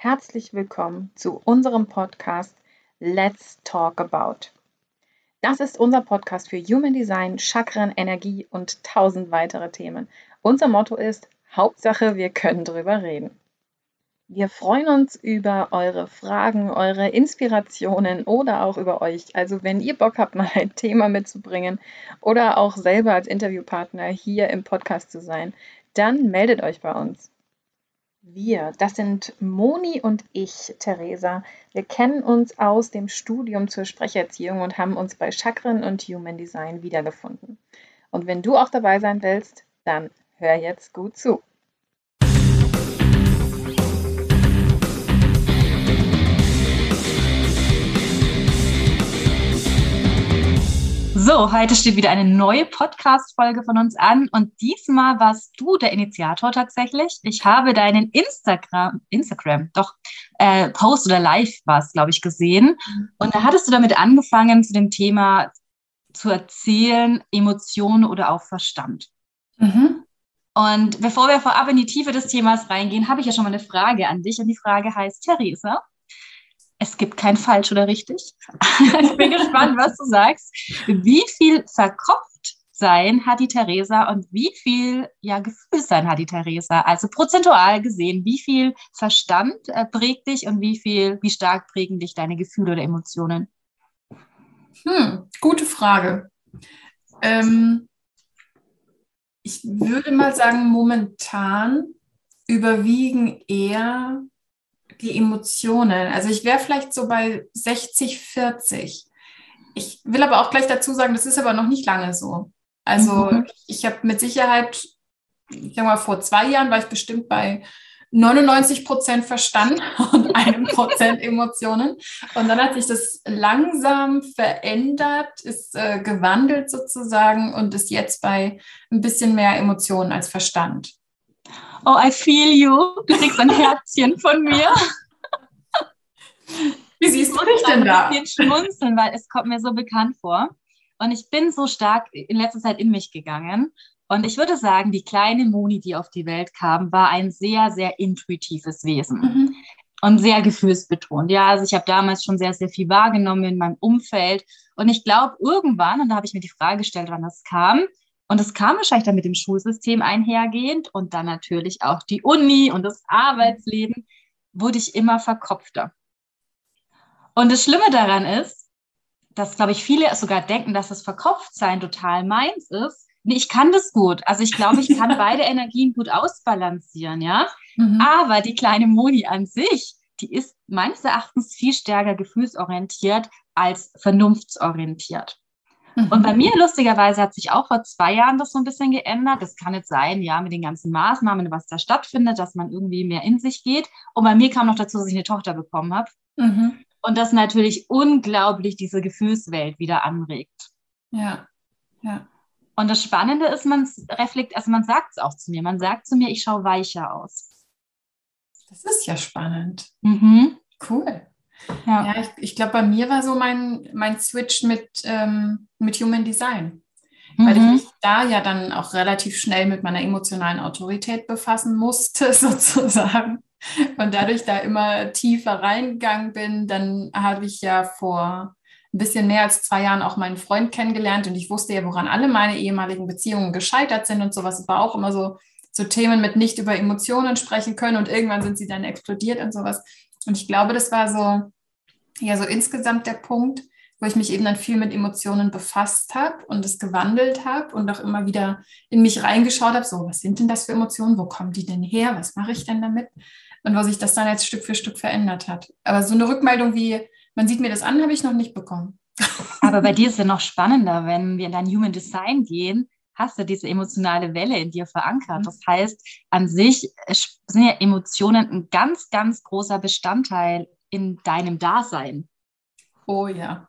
herzlich willkommen zu unserem Podcast Let's Talk About. Das ist unser Podcast für Human Design, Chakren, Energie und 1000 weitere Themen. Unser Motto ist: Hauptsache, wir können drüber reden. Wir freuen uns über eure Fragen, eure Inspirationen oder auch über euch. Also wenn ihr Bock habt, mal ein Thema mitzubringen oder auch selber als Interviewpartner hier im Podcast zu sein, dann meldet euch bei uns. Wir, das sind Moni und ich, Theresa. Wir kennen uns aus dem Studium zur Sprecherziehung und haben uns bei Chakren und Human Design wiedergefunden. Und wenn du auch dabei sein willst, dann hör jetzt gut zu. So, heute steht wieder eine neue Podcast-Folge von uns an und diesmal warst du der Initiator tatsächlich. Ich habe deinen Post oder Live war es, glaube ich, gesehen und da hattest du damit angefangen, zu dem Thema zu erzählen, Emotionen oder auch Verstand. Und bevor wir vorab in die Tiefe des Themas reingehen, habe ich ja schon mal eine Frage an dich und die Frage heißt: Theresa, es gibt kein falsch oder richtig. Ich bin gespannt, was du sagst. Wie viel Verkopftsein hat die Theresa und wie viel Gefühlssein hat die Theresa? Also prozentual gesehen, wie viel Verstand prägt dich und wie stark prägen dich deine Gefühle oder Emotionen? Gute Frage. Ich würde mal sagen, momentan überwiegen eher die Emotionen. Also ich wäre vielleicht so bei 60-40. Ich will aber auch gleich dazu sagen, das ist aber noch nicht lange so. Also ich habe mit Sicherheit, ich sag mal, vor 2 Jahren war ich bestimmt bei 99% Verstand und 1% Emotionen. Und dann hat sich das langsam verändert, ist gewandelt sozusagen und ist jetzt bei ein bisschen mehr Emotionen als Verstand. Oh, I feel you. Du kriegst ein Herzchen von mir. Wie siehst du dich denn da? Ich muss ein bisschen schmunzeln, weil es kommt mir so bekannt vor. Und ich bin so stark in letzter Zeit in mich gegangen. Und ich würde sagen, die kleine Moni, die auf die Welt kam, war ein sehr, sehr intuitives Wesen. Und sehr gefühlsbetont. Ja, also ich habe damals schon sehr, sehr viel wahrgenommen in meinem Umfeld. Und ich glaube, irgendwann, und da habe ich mir die Frage gestellt, wann das kam, und es kam wahrscheinlich dann mit dem Schulsystem einhergehend und dann natürlich auch die Uni und das Arbeitsleben, wurde ich immer verkopfter. Und das Schlimme daran ist, dass, glaube ich, viele sogar denken, dass das Verkopftsein total meins ist. Nee, ich kann das gut. Also ich glaube, ich kann beide Energien gut ausbalancieren, ja. Aber die kleine Moni an sich, die ist meines Erachtens viel stärker gefühlsorientiert als vernunftsorientiert. Und bei mir, lustigerweise, hat sich auch vor 2 Jahren das so ein bisschen geändert. Das kann jetzt sein, ja, mit den ganzen Maßnahmen, was da stattfindet, dass man irgendwie mehr in sich geht. Und bei mir kam noch dazu, dass ich eine Tochter bekommen habe. Und das natürlich unglaublich diese Gefühlswelt wieder anregt. Ja. Und das Spannende ist, man sagt es auch zu mir. Man sagt zu mir, ich schaue weicher aus. Das ist ja spannend. Cool. Ja, ich glaube, bei mir war so mein Switch mit Human Design. Weil ich mich da ja dann auch relativ schnell mit meiner emotionalen Autorität befassen musste, sozusagen. Und dadurch da immer tiefer reingegangen bin, dann habe ich ja vor ein bisschen mehr als 2 Jahren auch meinen Freund kennengelernt und ich wusste ja, woran alle meine ehemaligen Beziehungen gescheitert sind und sowas. Es war auch immer so Themen mit nicht über Emotionen sprechen können und irgendwann sind sie dann explodiert und sowas. Und ich glaube, das war so insgesamt der Punkt, wo ich mich eben dann viel mit Emotionen befasst habe und es gewandelt habe und auch immer wieder in mich reingeschaut habe, so, was sind denn das für Emotionen, wo kommen die denn her, was mache ich denn damit? Und wo sich das dann jetzt Stück für Stück verändert hat. Aber so eine Rückmeldung wie, man sieht mir das an, habe ich noch nicht bekommen. Aber bei dir ist es ja noch spannender, wenn wir in dein Human Design gehen, hast du diese emotionale Welle in dir verankert. Das heißt, an sich sind ja Emotionen ein ganz, ganz großer Bestandteil in deinem Dasein. Oh ja.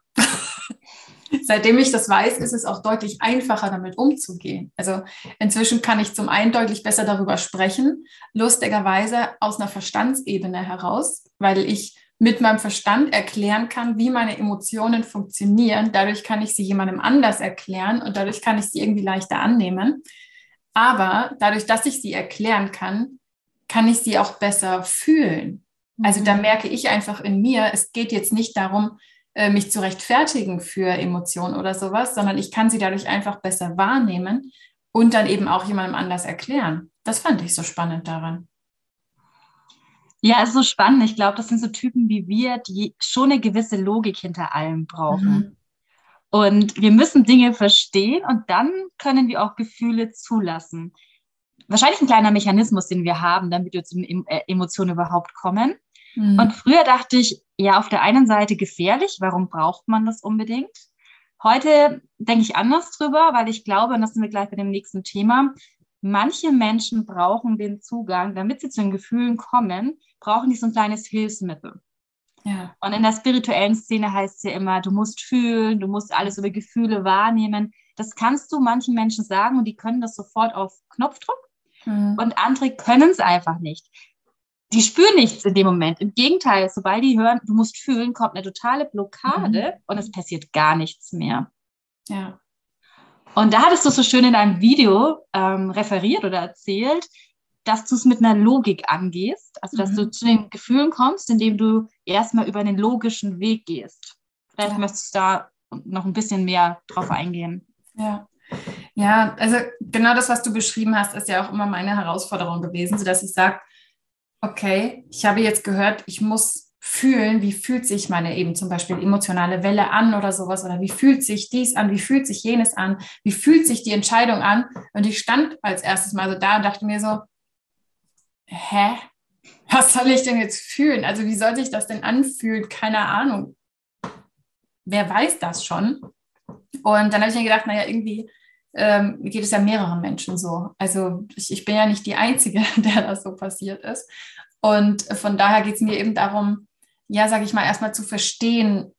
Seitdem ich das weiß, ist es auch deutlich einfacher, damit umzugehen. Also inzwischen kann ich zum einen deutlich besser darüber sprechen, lustigerweise aus einer Verstandsebene heraus, weil ich mit meinem Verstand erklären kann, wie meine Emotionen funktionieren. Dadurch kann ich sie jemandem anders erklären und dadurch kann ich sie irgendwie leichter annehmen. Aber dadurch, dass ich sie erklären kann, kann ich sie auch besser fühlen. Also da merke ich einfach in mir, es geht jetzt nicht darum, mich zu rechtfertigen für Emotionen oder sowas, sondern ich kann sie dadurch einfach besser wahrnehmen und dann eben auch jemandem anders erklären. Das fand ich so spannend daran. Ja, es ist so spannend. Ich glaube, das sind so Typen wie wir, die schon eine gewisse Logik hinter allem brauchen. Und wir müssen Dinge verstehen und dann können wir auch Gefühle zulassen. Wahrscheinlich ein kleiner Mechanismus, den wir haben, damit wir zu den Emotionen überhaupt kommen. Und früher dachte ich, ja, auf der einen Seite gefährlich, warum braucht man das unbedingt? Heute denke ich anders drüber, weil ich glaube, und das sind wir gleich bei dem nächsten Thema, manche Menschen brauchen den Zugang, damit sie zu den Gefühlen kommen, brauchen die so ein kleines Hilfsmittel. Ja. Und in der spirituellen Szene heißt es ja immer, du musst fühlen, du musst alles über Gefühle wahrnehmen. Das kannst du manchen Menschen sagen und die können das sofort auf Knopfdruck. Und andere können es einfach nicht. Die spüren nichts in dem Moment. Im Gegenteil, sobald die hören, du musst fühlen, kommt eine totale Blockade und es passiert gar nichts mehr. Ja. Und da hattest du so schön in einem Video referiert oder erzählt, dass du es mit einer Logik angehst, also dass du zu den Gefühlen kommst, indem du erstmal über einen logischen Weg gehst. Vielleicht möchtest du da noch ein bisschen mehr drauf eingehen. Ja, also genau das, was du beschrieben hast, ist ja auch immer meine Herausforderung gewesen, sodass ich sage, okay, ich habe jetzt gehört, ich muss fühlen, wie fühlt sich meine eben zum Beispiel emotionale Welle an oder sowas, oder wie fühlt sich dies an, wie fühlt sich jenes an, wie fühlt sich die Entscheidung an, und ich stand als erstes mal so da und dachte mir so, was soll ich denn jetzt fühlen? Also wie soll sich das denn anfühlen? Keine Ahnung. Wer weiß das schon? Und dann habe ich mir gedacht, naja, irgendwie geht es ja mehreren Menschen so. Also ich bin ja nicht die Einzige, der das so passiert ist. Und von daher geht es mir eben darum, ja, sage ich mal, erstmal zu verstehen,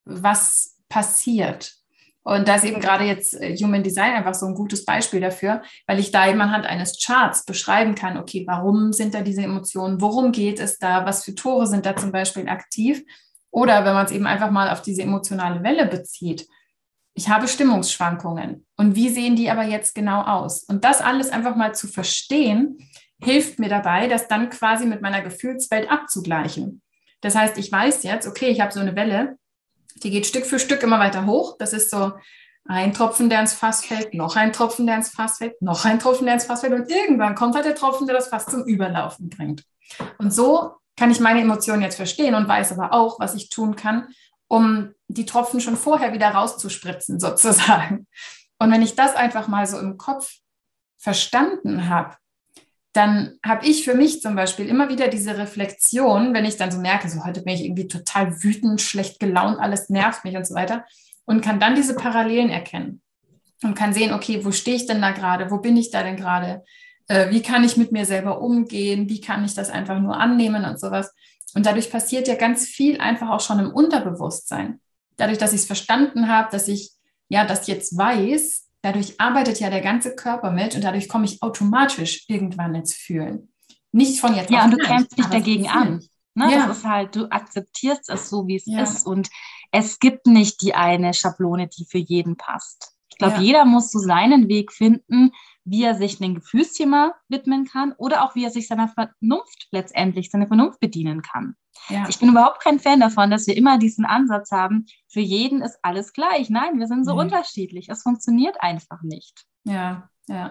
was passiert. Und da ist eben gerade jetzt Human Design einfach so ein gutes Beispiel dafür, weil ich da eben anhand eines Charts beschreiben kann, okay, warum sind da diese Emotionen, worum geht es da, was für Tore sind da zum Beispiel aktiv? Oder wenn man es eben einfach mal auf diese emotionale Welle bezieht, ich habe Stimmungsschwankungen. Und wie sehen die aber jetzt genau aus? Und das alles einfach mal zu verstehen, hilft mir dabei, das dann quasi mit meiner Gefühlswelt abzugleichen. Das heißt, ich weiß jetzt, okay, ich habe so eine Welle, die geht Stück für Stück immer weiter hoch. Das ist so ein Tropfen, der ins Fass fällt, noch ein Tropfen, der ins Fass fällt, noch ein Tropfen, der ins Fass fällt. Und irgendwann kommt halt der Tropfen, der das Fass zum Überlaufen bringt. Und so kann ich meine Emotionen jetzt verstehen und weiß aber auch, was ich tun kann, um die Tropfen schon vorher wieder rauszuspritzen, sozusagen. Und wenn ich das einfach mal so im Kopf verstanden habe, dann habe ich für mich zum Beispiel immer wieder diese Reflexion, wenn ich dann so merke, so heute bin ich irgendwie total wütend, schlecht gelaunt, alles nervt mich und so weiter, und kann dann diese Parallelen erkennen und kann sehen, okay, wo stehe ich denn da gerade, wo bin ich da denn gerade, wie kann ich mit mir selber umgehen, wie kann ich das einfach nur annehmen und sowas. Und dadurch passiert ja ganz viel einfach auch schon im Unterbewusstsein. Dadurch, dass ich es verstanden habe, dass ich ja das jetzt weiß, dadurch arbeitet ja der ganze Körper mit und dadurch komme ich automatisch irgendwann ins Fühlen. Nicht von jetzt auf gleich. Ja, und du gleich, kämpfst dich dagegen an. Ne? Ja. Das ist halt, du akzeptierst es so, wie es ist. Und es gibt nicht die eine Schablone, die für jeden passt. Ich glaube, jeder muss so seinen Weg finden, wie er sich einem Gefühlsthema widmen kann oder auch wie er sich seiner Vernunft bedienen kann. Ja. Ich bin überhaupt kein Fan davon, dass wir immer diesen Ansatz haben, für jeden ist alles gleich. Nein, wir sind so unterschiedlich. Es funktioniert einfach nicht. Ja.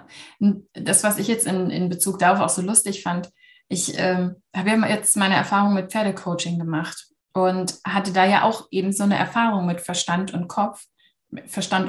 Das, was ich jetzt in Bezug darauf auch so lustig fand, ich habe ja jetzt meine Erfahrung mit Pferdecoaching gemacht und hatte da ja auch eben so eine Erfahrung mit Verstand und Kopf. Mit Verstand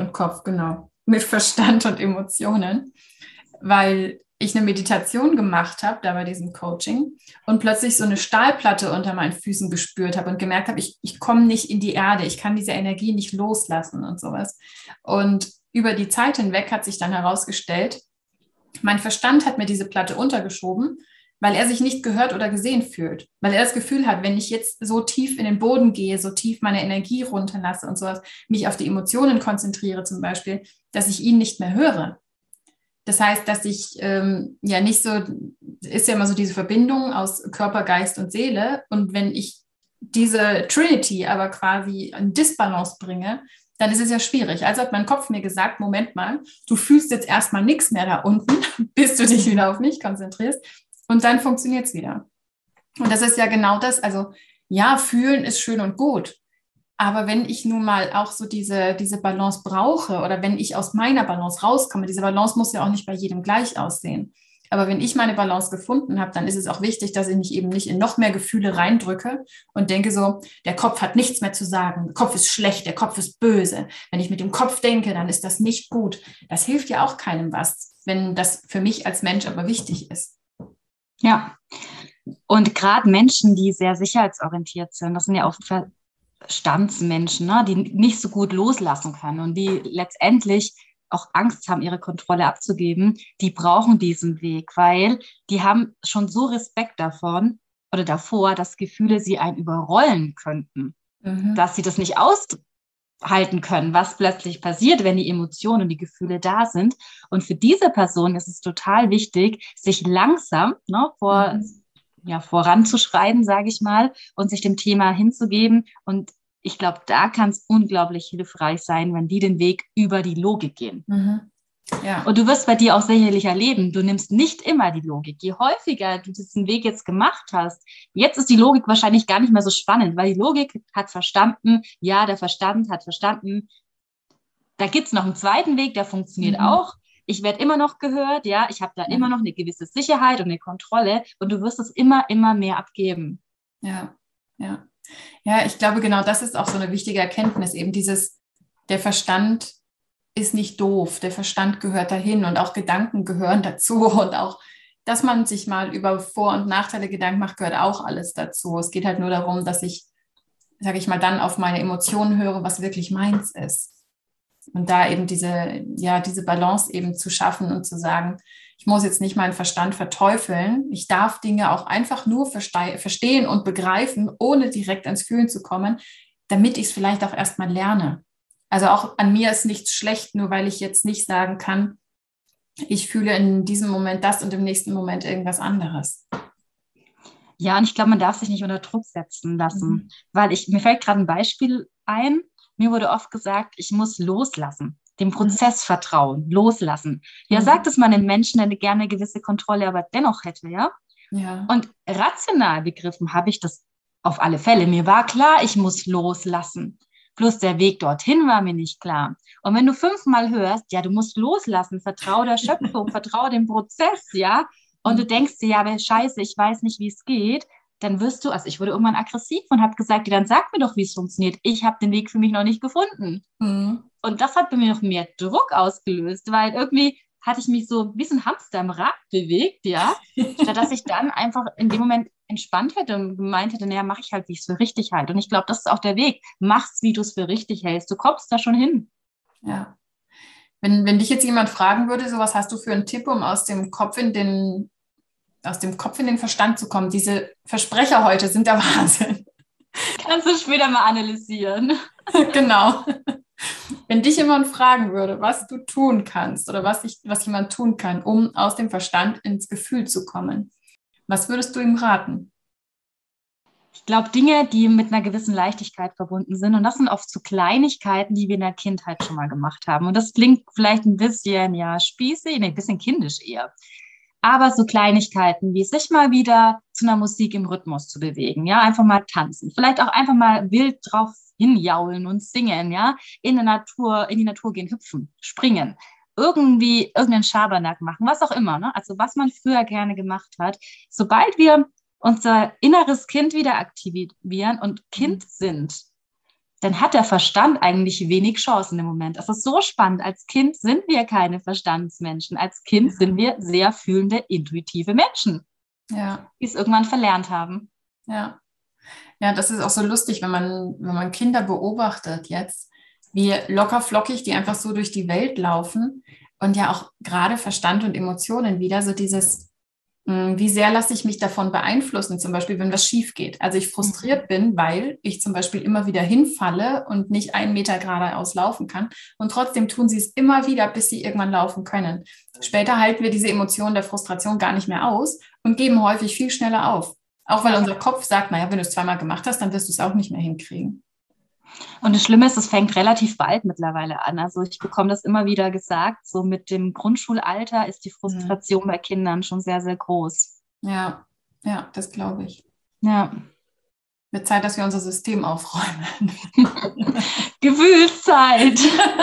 und Emotionen, weil ich eine Meditation gemacht habe, da bei diesem Coaching, und plötzlich so eine Stahlplatte unter meinen Füßen gespürt habe und gemerkt habe, ich komme nicht in die Erde, ich kann diese Energie nicht loslassen und sowas. Und über die Zeit hinweg hat sich dann herausgestellt, mein Verstand hat mir diese Platte untergeschoben, weil er sich nicht gehört oder gesehen fühlt. Weil er das Gefühl hat, wenn ich jetzt so tief in den Boden gehe, so tief meine Energie runterlasse und sowas, mich auf die Emotionen konzentriere zum Beispiel, dass ich ihn nicht mehr höre. Das heißt, dass ich nicht so, ist ja immer so diese Verbindung aus Körper, Geist und Seele. Und wenn ich diese Trinity aber quasi in Disbalance bringe, dann ist es ja schwierig. Also hat mein Kopf mir gesagt, Moment mal, du fühlst jetzt erstmal nichts mehr da unten, bis du dich wieder auf mich konzentrierst. Und dann funktioniert es wieder. Und das ist ja genau das, also ja, fühlen ist schön und gut, aber wenn ich nun mal auch so diese Balance brauche oder wenn ich aus meiner Balance rauskomme, diese Balance muss ja auch nicht bei jedem gleich aussehen. Aber wenn ich meine Balance gefunden habe, dann ist es auch wichtig, dass ich mich eben nicht in noch mehr Gefühle reindrücke und denke so, der Kopf hat nichts mehr zu sagen, der Kopf ist schlecht, der Kopf ist böse. Wenn ich mit dem Kopf denke, dann ist das nicht gut. Das hilft ja auch keinem was, wenn das für mich als Mensch aber wichtig ist. Ja, und gerade Menschen, die sehr sicherheitsorientiert sind, das sind ja oft Verstandsmenschen, ne, die nicht so gut loslassen können und die letztendlich auch Angst haben, ihre Kontrolle abzugeben, die brauchen diesen Weg, weil die haben schon so Respekt davon oder davor, dass Gefühle sie einen überrollen könnten, dass sie das nicht aushalten können, was plötzlich passiert, wenn die Emotionen und die Gefühle da sind. Und für diese Person ist es total wichtig, sich langsam voranzuschreiten, sage ich mal, und sich dem Thema hinzugeben. Und ich glaube, da kann es unglaublich hilfreich sein, wenn die den Weg über die Logik gehen. Ja. Und du wirst bei dir auch sicherlich erleben, du nimmst nicht immer die Logik. Je häufiger du diesen Weg jetzt gemacht hast, jetzt ist die Logik wahrscheinlich gar nicht mehr so spannend, weil die Logik hat verstanden, ja, der Verstand hat verstanden, da gibt es noch einen zweiten Weg, der funktioniert auch. Ich werde immer noch gehört, ja, ich habe da immer noch eine gewisse Sicherheit und eine Kontrolle und du wirst es immer mehr abgeben. Ja, ich glaube, genau das ist auch so eine wichtige Erkenntnis, eben der Verstand ist nicht doof, der Verstand gehört dahin und auch Gedanken gehören dazu und auch, dass man sich mal über Vor- und Nachteile Gedanken macht, gehört auch alles dazu. Es geht halt nur darum, dass ich, sage ich mal, dann auf meine Emotionen höre, was wirklich meins ist. Und da eben diese Balance eben zu schaffen und zu sagen, ich muss jetzt nicht meinen Verstand verteufeln. Ich darf Dinge auch einfach nur verstehen und begreifen, ohne direkt ans Fühlen zu kommen, damit ich es vielleicht auch erstmal lerne. Also auch an mir ist nichts schlecht, nur weil ich jetzt nicht sagen kann, ich fühle in diesem Moment das und im nächsten Moment irgendwas anderes. Ja, und ich glaube, man darf sich nicht unter Druck setzen lassen, weil mir fällt gerade ein Beispiel ein. Mir wurde oft gesagt, ich muss loslassen, dem Prozess vertrauen, loslassen. Ja, sagt es mal einem Menschen, der gerne eine gewisse Kontrolle aber dennoch hätte, ja? Und rational begriffen habe ich das auf alle Fälle. Mir war klar, ich muss loslassen. Bloß der Weg dorthin war mir nicht klar. Und wenn du 5-mal hörst, ja, du musst loslassen, vertraue der Schöpfung, vertraue dem Prozess, ja, und du denkst dir, ja, aber scheiße, ich weiß nicht, wie es geht, dann ich wurde irgendwann aggressiv und habe gesagt, dann sag mir doch, wie es funktioniert. Ich habe den Weg für mich noch nicht gefunden. Und das hat bei mir noch mehr Druck ausgelöst, weil irgendwie hatte ich mich so wie so ein Hamster im Rad bewegt, ja, statt dass ich dann einfach in dem Moment entspannt hätte und gemeint hätte, naja, mache ich halt, wie ich es für richtig halte. Und ich glaube, das ist auch der Weg. Mach's, wie du es für richtig hältst. Du kommst da schon hin. Ja. Wenn dich jetzt jemand fragen würde, so was hast du für einen Tipp, um aus dem Kopf in den Verstand zu kommen? Diese Versprecher heute sind der Wahnsinn. Kannst du später mal analysieren. Genau. Wenn dich jemand fragen würde, was du tun kannst oder was jemand tun kann, um aus dem Verstand ins Gefühl zu kommen, was würdest du ihm raten? Ich glaube, Dinge, die mit einer gewissen Leichtigkeit verbunden sind. Und das sind oft so Kleinigkeiten, die wir in der Kindheit schon mal gemacht haben. Und das klingt vielleicht ein bisschen, spießig, ein bisschen kindisch eher. Aber so Kleinigkeiten wie sich mal wieder zu einer Musik im Rhythmus zu bewegen, ja, einfach mal tanzen. Vielleicht auch einfach mal wild drauf hinjaulen und singen, ja, in die Natur gehen, hüpfen, springen. Irgendwie irgendeinen Schabernack machen, was auch immer, ne? Also was man früher gerne gemacht hat. Sobald wir unser inneres Kind wieder aktivieren und Kind sind, dann hat der Verstand eigentlich wenig Chancen im Moment. Das ist so spannend. Als Kind sind wir keine Verstandsmenschen. Als Kind sind wir sehr fühlende, intuitive Menschen, die es irgendwann verlernt haben. Ja, das ist auch so lustig, wenn man Kinder beobachtet jetzt, wie locker flockig die einfach so durch die Welt laufen und ja auch gerade Verstand und Emotionen wieder so dieses, wie sehr lasse ich mich davon beeinflussen, zum Beispiel, wenn was schief geht. Also ich frustriert bin, weil ich zum Beispiel immer wieder hinfalle und nicht 1 Meter geradeaus laufen kann. Und trotzdem tun sie es immer wieder, bis sie irgendwann laufen können. Später halten wir diese Emotionen der Frustration gar nicht mehr aus und geben häufig viel schneller auf. Auch weil unser Kopf sagt, naja, wenn du es 2-mal gemacht hast, dann wirst du es auch nicht mehr hinkriegen. Und das Schlimme ist, es fängt relativ bald mittlerweile an. Also ich bekomme das immer wieder gesagt, so mit dem Grundschulalter ist die Frustration bei Kindern schon sehr, sehr groß. Ja, das glaube ich. Ja. Wird Zeit, dass wir unser System aufräumen. Gefühlszeit.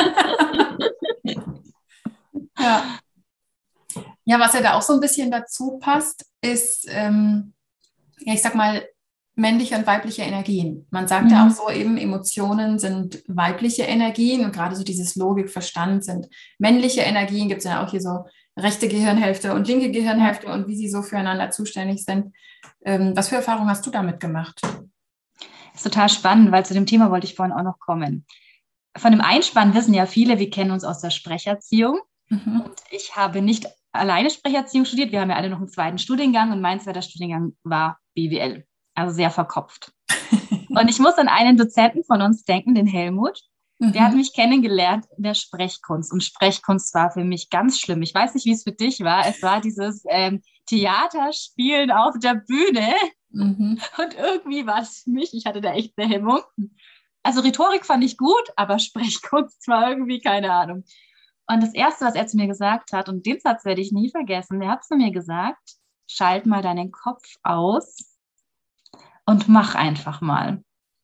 Ja. Ja, was ja da auch so ein bisschen dazu passt, ist, ich sag mal, männliche und weibliche Energien. Man sagt ja auch so eben, Emotionen sind weibliche Energien und gerade so dieses Logik, Verstand sind männliche Energien. Gibt es ja auch hier so rechte Gehirnhälfte und linke Gehirnhälfte und wie sie so füreinander zuständig sind. Was für Erfahrungen hast du damit gemacht? Das ist total spannend, weil zu dem Thema wollte ich vorhin auch noch kommen. Von dem Einspann wissen ja viele, wir kennen uns aus der Sprecherziehung. Und ich habe nicht alleine Sprecherziehung studiert. Wir haben ja alle noch einen zweiten Studiengang und mein zweiter Studiengang war BWL. Also sehr verkopft. Und ich muss an einen Dozenten von uns denken, den Helmut. Der hat mich kennengelernt in der Sprechkunst. Und Sprechkunst war für mich ganz schlimm. Ich weiß nicht, wie es für dich war. Es war dieses Theaterspielen auf der Bühne. Und irgendwie war es für mich, ich hatte da echt eine Hemmung. Also Rhetorik fand ich gut, aber Sprechkunst war irgendwie keine Ahnung. Und das Erste, was er zu mir gesagt hat, und den Satz werde ich nie vergessen, der hat zu mir gesagt, schalt mal deinen Kopf aus und mach einfach mal.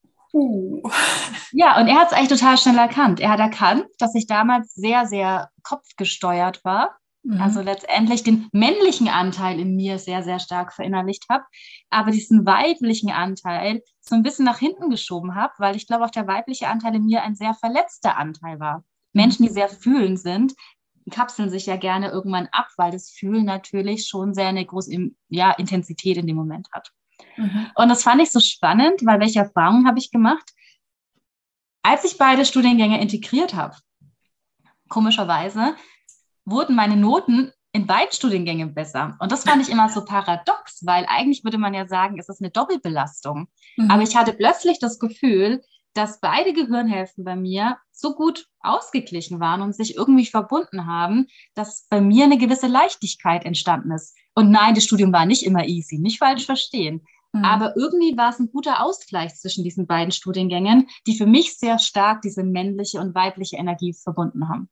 Ja, und er hat es eigentlich total schnell erkannt. Er hat erkannt, dass ich damals sehr, sehr kopfgesteuert war. Also letztendlich den männlichen Anteil in mir sehr, sehr stark verinnerlicht habe, aber diesen weiblichen Anteil so ein bisschen nach hinten geschoben habe, weil ich glaube, auch der weibliche Anteil in mir ein sehr verletzter Anteil war. Menschen, die sehr fühlend sind, kapseln sich ja gerne irgendwann ab, weil das Fühlen natürlich schon sehr eine große Intensität in dem Moment hat. Und das fand ich so spannend, weil welche Erfahrungen habe ich gemacht? Als ich beide Studiengänge integriert habe, komischerweise, wurden meine Noten in beiden Studiengängen besser. Und das fand ich immer so paradox, weil eigentlich würde man ja sagen, es ist eine Doppelbelastung. Aber ich hatte plötzlich das Gefühl, dass beide Gehirnhälften bei mir so gut ausgeglichen waren und sich irgendwie verbunden haben, dass bei mir eine gewisse Leichtigkeit entstanden ist. Und nein, das Studium war nicht immer easy, nicht falsch verstehen. Aber irgendwie war es ein guter Ausgleich zwischen diesen beiden Studiengängen, die für mich sehr stark diese männliche und weibliche Energie verbunden haben.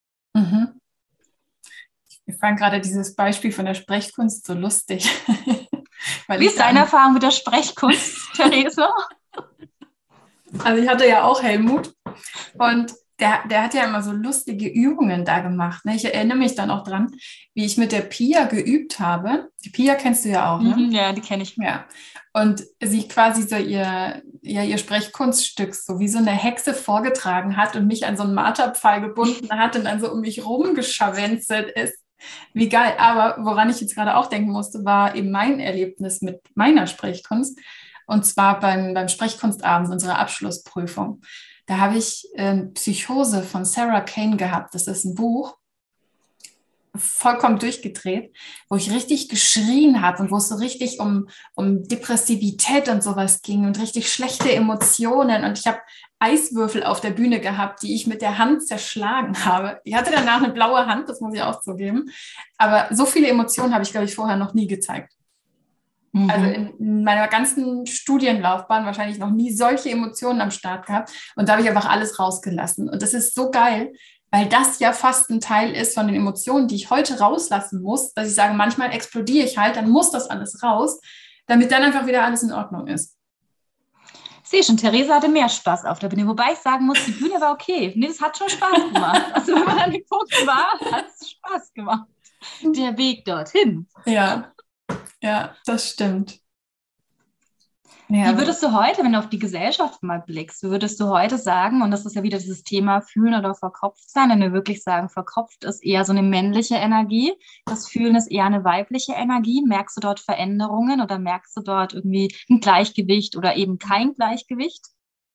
Ich fand gerade dieses Beispiel von der Sprechkunst so lustig. Wie ist deine Erfahrung mit der Sprechkunst, Therese? Also ich hatte ja auch Helmut und der hat ja immer so lustige Übungen da gemacht. Ne? Ich erinnere mich dann auch dran, wie ich mit der Pia geübt habe. Die Pia kennst du ja auch, ne? Ja, die kenne ich. Ja. Und sie quasi so ihr Sprechkunststück so wie so eine Hexe vorgetragen hat und mich an so einen Marterpfahl gebunden hat und dann so um mich rumgescharwenzelt ist. Wie geil. Aber woran ich jetzt gerade auch denken musste, war eben mein Erlebnis mit meiner Sprechkunst. Und zwar beim Sprechkunstabend, unserer Abschlussprüfung. Da habe ich Psychose von Sarah Kane gehabt. Das ist ein Buch, vollkommen durchgedreht, wo ich richtig geschrien habe und wo es so richtig um Depressivität und sowas ging und richtig schlechte Emotionen. Und ich habe Eiswürfel auf der Bühne gehabt, die ich mit der Hand zerschlagen habe. Ich hatte danach eine blaue Hand, das muss ich auch zugeben. Aber so viele Emotionen habe ich, glaube ich, vorher noch nie gezeigt. Also in meiner ganzen Studienlaufbahn wahrscheinlich noch nie solche Emotionen am Start gehabt. Und da habe ich einfach alles rausgelassen. Und das ist so geil, weil das ja fast ein Teil ist von den Emotionen, die ich heute rauslassen muss, dass ich sage, manchmal explodiere ich halt, dann muss das alles raus, damit dann einfach wieder alles in Ordnung ist. Ich sehe schon, Therese hatte mehr Spaß auf der Bühne, wobei ich sagen muss, die Bühne war okay. Nee, das hat schon Spaß gemacht. Also wenn man an dem Punkt war, hat es Spaß gemacht. Der Weg dorthin. Ja, das stimmt. Ja, wie würdest du heute, wenn du auf die Gesellschaft mal blickst, wie würdest du heute sagen, und das ist ja wieder dieses Thema Fühlen oder verkopft sein, wenn wir wirklich sagen, verkopft ist eher so eine männliche Energie, das Fühlen ist eher eine weibliche Energie. Merkst du dort Veränderungen oder merkst du dort irgendwie ein Gleichgewicht oder eben kein Gleichgewicht?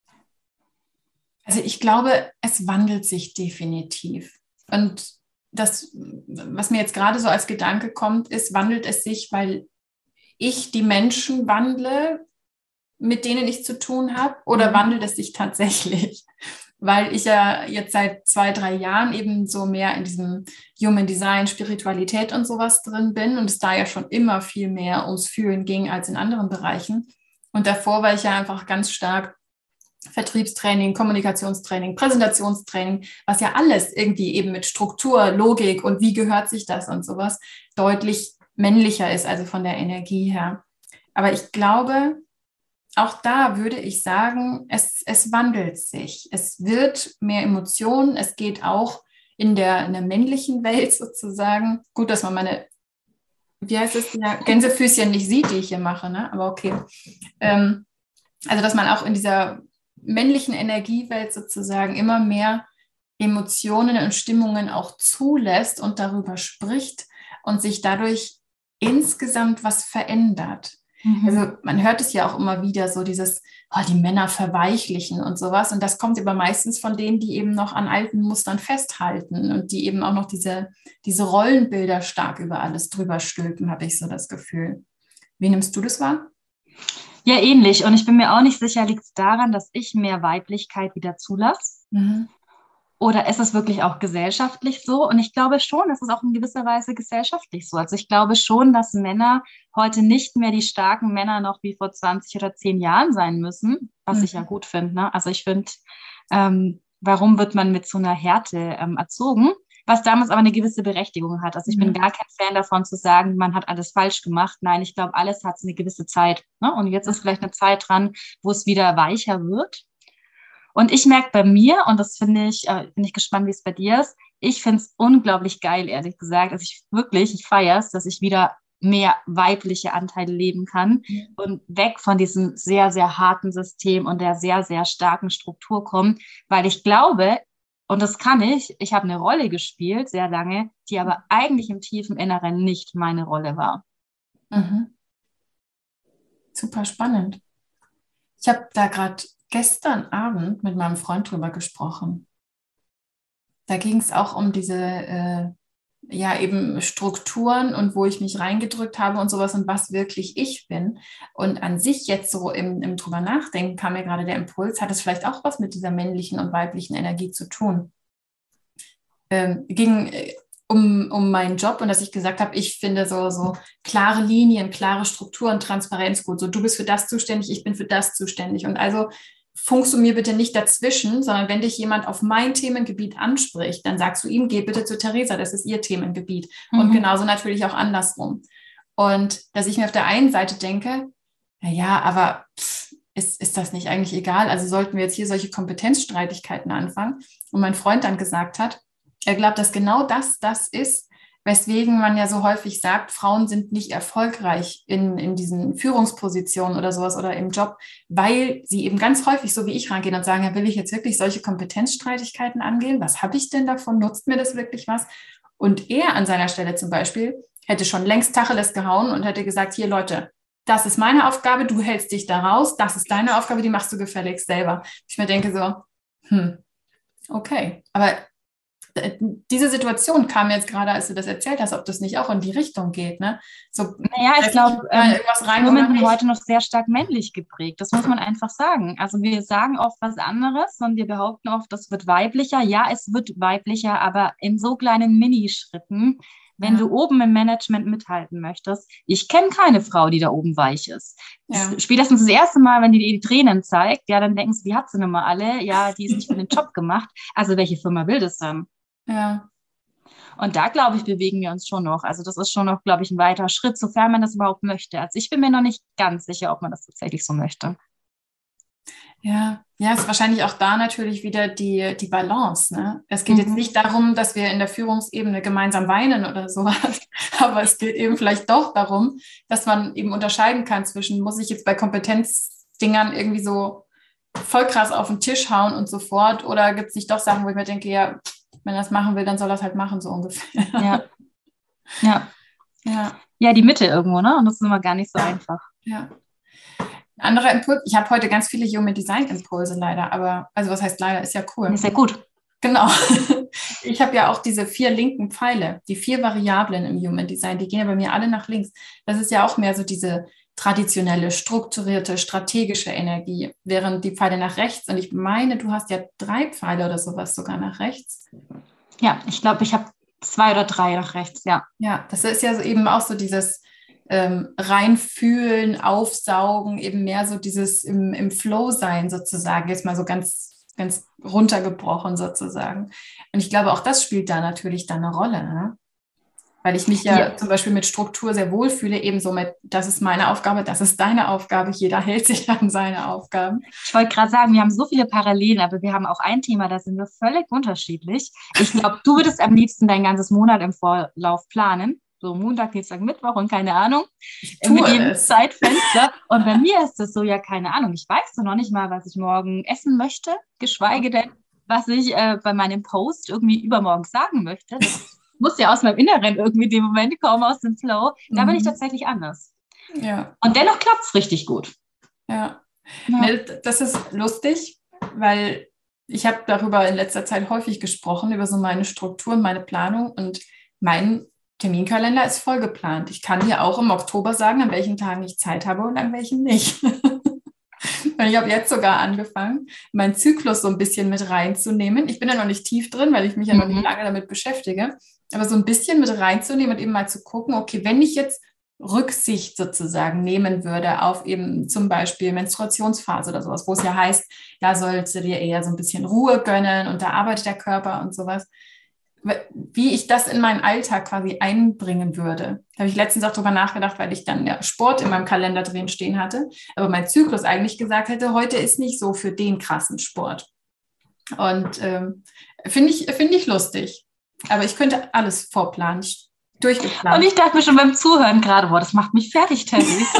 Also ich glaube, es wandelt sich definitiv. Und das, was mir jetzt gerade so als Gedanke kommt, ist, wandelt es sich, weil ich die Menschen wandle, mit denen ich zu tun habe, oder wandelt es sich tatsächlich? Weil ich ja jetzt seit 2-3 Jahren eben so mehr in diesem Human Design, Spiritualität und sowas drin bin und es da ja schon immer viel mehr ums Fühlen ging als in anderen Bereichen. Und davor war ich ja einfach ganz stark Vertriebstraining, Kommunikationstraining, Präsentationstraining, was ja alles irgendwie eben mit Struktur, Logik und wie gehört sich das und sowas deutlich männlicher ist, also von der Energie her. Aber ich glaube, auch da würde ich sagen, es wandelt sich. Es wird mehr Emotionen. Es geht auch in der männlichen Welt sozusagen. Gut, dass man meine, wie heißt es, ja, Gänsefüßchen nicht sieht, die ich hier mache, ne? Aber okay. Also, dass man auch in dieser männlichen Energiewelt sozusagen immer mehr Emotionen und Stimmungen auch zulässt und darüber spricht und sich dadurch insgesamt was verändert. Also man hört es ja auch immer wieder, so dieses, die Männer verweichlichen und sowas. Und das kommt aber meistens von denen, die eben noch an alten Mustern festhalten und die eben auch noch diese Rollenbilder stark über alles drüber stülpen, habe ich so das Gefühl. Wie nimmst du das wahr? Ja, ähnlich. Und ich bin mir auch nicht sicher, liegt es daran, dass ich mehr Weiblichkeit wieder zulasse? Oder ist es wirklich auch gesellschaftlich so? Und ich glaube schon, es ist auch in gewisser Weise gesellschaftlich so. Also ich glaube schon, dass Männer heute nicht mehr die starken Männer noch wie vor 20 oder 10 Jahren sein müssen, was ich ja gut finde. Ne? Also ich finde, warum wird man mit so einer Härte erzogen? Was damals aber eine gewisse Berechtigung hat. Also ich bin gar kein Fan davon zu sagen, man hat alles falsch gemacht. Nein, ich glaube, alles hat eine gewisse Zeit. Ne? Und jetzt ist vielleicht eine Zeit dran, wo es wieder weicher wird. Und ich merke bei mir, und das bin ich gespannt, wie es bei dir ist, ich finde es unglaublich geil, ehrlich gesagt. Also ich feiere es, dass ich wieder mehr weibliche Anteile leben kann und weg von diesem sehr, sehr harten System und der sehr, sehr starken Struktur kommen, weil ich glaube, und das kann ich habe eine Rolle gespielt, sehr lange, die aber eigentlich im tiefen Inneren nicht meine Rolle war. Super spannend. Ich habe da gerade gestern Abend mit meinem Freund drüber gesprochen. Da ging es auch um diese eben Strukturen und wo ich mich reingedrückt habe und sowas und was wirklich ich bin. Und an sich jetzt so im drüber nachdenken kam mir gerade der Impuls, hat es vielleicht auch was mit dieser männlichen und weiblichen Energie zu tun. Ging um meinen Job und dass ich gesagt habe, ich finde so klare Linien, klare Strukturen, Transparenz gut. So, du bist für das zuständig, ich bin für das zuständig. Und also funkst du mir bitte nicht dazwischen, sondern wenn dich jemand auf mein Themengebiet anspricht, dann sagst du ihm, geh bitte zu Theresa, das ist ihr Themengebiet. Und genauso natürlich auch andersrum. Und dass ich mir auf der einen Seite denke, naja, aber ist das nicht eigentlich egal? Also sollten wir jetzt hier solche Kompetenzstreitigkeiten anfangen? Und mein Freund dann gesagt hat, er glaubt, dass genau das ist, weswegen man ja so häufig sagt, Frauen sind nicht erfolgreich in diesen Führungspositionen oder sowas oder im Job, weil sie eben ganz häufig, so wie ich rangehen und sagen, ja, will ich jetzt wirklich solche Kompetenzstreitigkeiten angehen? Was habe ich denn davon? Nutzt mir das wirklich was? Und er an seiner Stelle zum Beispiel hätte schon längst Tacheles gehauen und hätte gesagt, hier Leute, das ist meine Aufgabe, du hältst dich da raus, das ist deine Aufgabe, die machst du gefälligst selber. Ich mir denke so, okay, aber diese Situation kam jetzt gerade, als du das erzählt hast, ob das nicht auch in die Richtung geht, ne? So, naja, ich glaube, Firmen sind heute noch sehr stark männlich geprägt. Das muss man einfach sagen. Also wir sagen oft was anderes und wir behaupten oft, das wird weiblicher. Ja, es wird weiblicher, aber in so kleinen Minischritten. Wenn du oben im Management mithalten möchtest, ich kenne keine Frau, die da oben weich ist. Ja. Spätestens das erste Mal, wenn die Tränen zeigt, ja, dann denken sie, die hat sie nun mal alle. Ja, die ist nicht für den Job gemacht. Also welche Firma will das dann? Ja. Und da, glaube ich, bewegen wir uns schon noch. Also das ist schon noch, glaube ich, ein weiterer Schritt, sofern man das überhaupt möchte. Also ich bin mir noch nicht ganz sicher, ob man das tatsächlich so möchte. Ja, ist wahrscheinlich auch da natürlich wieder die Balance. Ne? Es geht jetzt nicht darum, dass wir in der Führungsebene gemeinsam weinen oder sowas, aber es geht eben vielleicht doch darum, dass man eben unterscheiden kann zwischen, muss ich jetzt bei Kompetenzdingern irgendwie so voll krass auf den Tisch hauen und so fort, oder gibt es nicht doch Sachen, wo ich mir denke, ja, wenn er das machen will, dann soll er es halt machen, so ungefähr. Ja, die Mitte irgendwo, ne? Und das ist immer gar nicht so einfach. Ja. Ein anderer Impuls, ich habe heute ganz viele Human Design Impulse leider, aber, also was heißt leider, ist ja cool. Ist ja gut. Genau. Ich habe ja auch diese 4 linken Pfeile, die 4 Variablen im Human Design, die gehen ja bei mir alle nach links. Das ist ja auch mehr so diese traditionelle, strukturierte, strategische Energie, während die Pfeile nach rechts, und ich meine, du hast ja 3 Pfeile oder sowas sogar nach rechts. Ja, ich glaube, ich habe 2 oder 3 nach rechts, ja. Ja, das ist ja so eben auch so dieses reinfühlen, aufsaugen, eben mehr so dieses im Flow sein sozusagen, jetzt mal so ganz, ganz runtergebrochen sozusagen. Und ich glaube, auch das spielt da natürlich dann eine Rolle. Ne? Weil ich mich ja zum Beispiel mit Struktur sehr wohl fühle, ebenso mit, das ist meine Aufgabe, das ist deine Aufgabe, jeder hält sich an seine Aufgaben. Ich wollte gerade sagen, wir haben so viele Parallelen, aber wir haben auch ein Thema, da sind wir völlig unterschiedlich. Ich glaube, du würdest am liebsten dein ganzes Monat im Vorlauf planen. So Montag, Dienstag, Mittwoch und keine Ahnung. Mit jedem Zeitfenster. Und bei mir ist es so, ja, keine Ahnung. Ich weiß so noch nicht mal, was ich morgen essen möchte, geschweige denn, was ich bei meinem Post irgendwie übermorgen sagen möchte. Das muss ja aus meinem Inneren irgendwie in dem Moment kommen, aus dem Flow. Da bin ich tatsächlich anders. Ja. Und dennoch klappt es richtig gut. Ja. Ne, das ist lustig, weil ich habe darüber in letzter Zeit häufig gesprochen, über so meine Strukturen, meine Planung, und mein Terminkalender ist voll geplant. Ich kann dir auch im Oktober sagen, an welchen Tagen ich Zeit habe und an welchen nicht. Und ich habe jetzt sogar angefangen, meinen Zyklus so ein bisschen mit reinzunehmen. Ich bin ja noch nicht tief drin, weil ich mich ja noch nicht lange damit beschäftige, aber so ein bisschen mit reinzunehmen und eben mal zu gucken, okay, wenn ich jetzt Rücksicht sozusagen nehmen würde auf eben zum Beispiel Menstruationsphase oder sowas, wo es ja heißt, da sollst du dir eher so ein bisschen Ruhe gönnen und da arbeitet der Körper und sowas, wie ich das in meinen Alltag quasi einbringen würde. Da habe ich letztens auch drüber nachgedacht, weil ich dann ja Sport in meinem Kalender drin stehen hatte, aber mein Zyklus eigentlich gesagt hätte, heute ist nicht so für den krassen Sport. Und finde ich lustig. Aber ich könnte alles vorplanen, durchgeplant. Und ich dachte mir schon beim Zuhören gerade, boah, das macht mich fertig, Therese.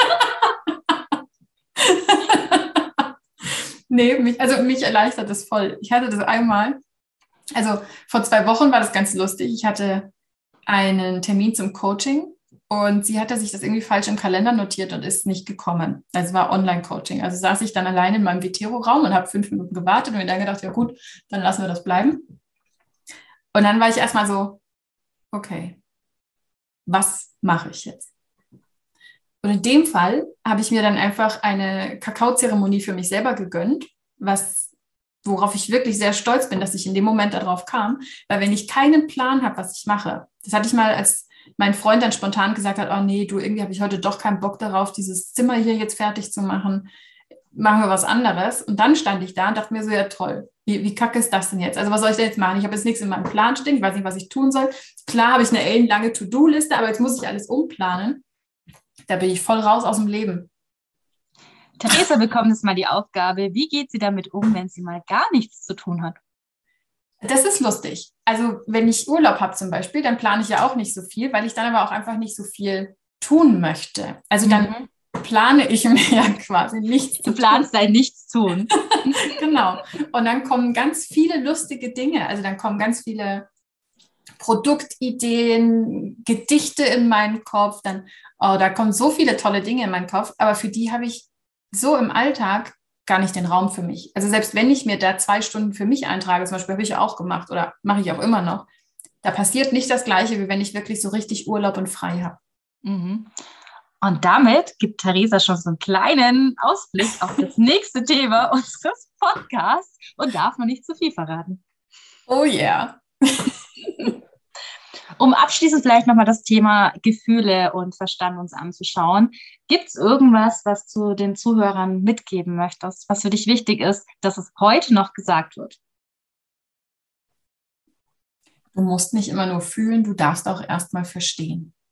Nee, mich erleichtert das voll. Ich hatte das einmal, also vor 2 Wochen war das ganz lustig. Ich hatte einen Termin zum Coaching und sie hatte sich das irgendwie falsch im Kalender notiert und ist nicht gekommen. Also war Online-Coaching. Also saß ich dann allein in meinem Vitero-Raum und habe 5 Minuten gewartet und mir dann gedacht, ja gut, dann lassen wir das bleiben. Und dann war ich erstmal so, okay, was mache ich jetzt? Und in dem Fall habe ich mir dann einfach eine Kakaozeremonie für mich selber gegönnt, worauf ich wirklich sehr stolz bin, dass ich in dem Moment darauf kam, weil wenn ich keinen Plan habe, was ich mache, das hatte ich mal, als mein Freund dann spontan gesagt hat, oh nee, du, irgendwie habe ich heute doch keinen Bock darauf, dieses Zimmer hier jetzt fertig zu machen, machen wir was anderes. Und dann stand ich da und dachte mir so, ja toll, wie kacke ist das denn jetzt? Also was soll ich denn jetzt machen? Ich habe jetzt nichts in meinem Plan stehen, ich weiß nicht, was ich tun soll. Klar habe ich eine ellenlange To-Do-Liste, aber jetzt muss ich alles umplanen. Da bin ich voll raus aus dem Leben. Theresa bekommt jetzt mal die Aufgabe, wie geht sie damit um, wenn sie mal gar nichts zu tun hat? Das ist lustig. Also wenn ich Urlaub habe zum Beispiel, dann plane ich ja auch nicht so viel, weil ich dann aber auch einfach nicht so viel tun möchte. Also dann plane ich mir ja quasi nichts zu tun. Du planst dein Nichts tun. Genau. Und dann kommen ganz viele lustige Dinge. Also dann kommen ganz viele Produktideen, Gedichte in meinen Kopf. Da kommen so viele tolle Dinge in meinen Kopf. Aber für die habe ich so im Alltag gar nicht den Raum für mich. Also selbst wenn ich mir da 2 Stunden für mich eintrage, zum Beispiel habe ich ja auch gemacht oder mache ich auch immer noch, da passiert nicht das Gleiche, wie wenn ich wirklich so richtig Urlaub und frei habe. Mhm. Und damit gibt Theresa schon so einen kleinen Ausblick auf das nächste Thema unseres Podcasts und darf noch nicht zu viel verraten. Oh yeah. Um abschließend vielleicht nochmal das Thema Gefühle und Verstand uns anzuschauen. Gibt es irgendwas, was du den Zuhörern mitgeben möchtest, was für dich wichtig ist, dass es heute noch gesagt wird? Du musst nicht immer nur fühlen, du darfst auch erstmal verstehen.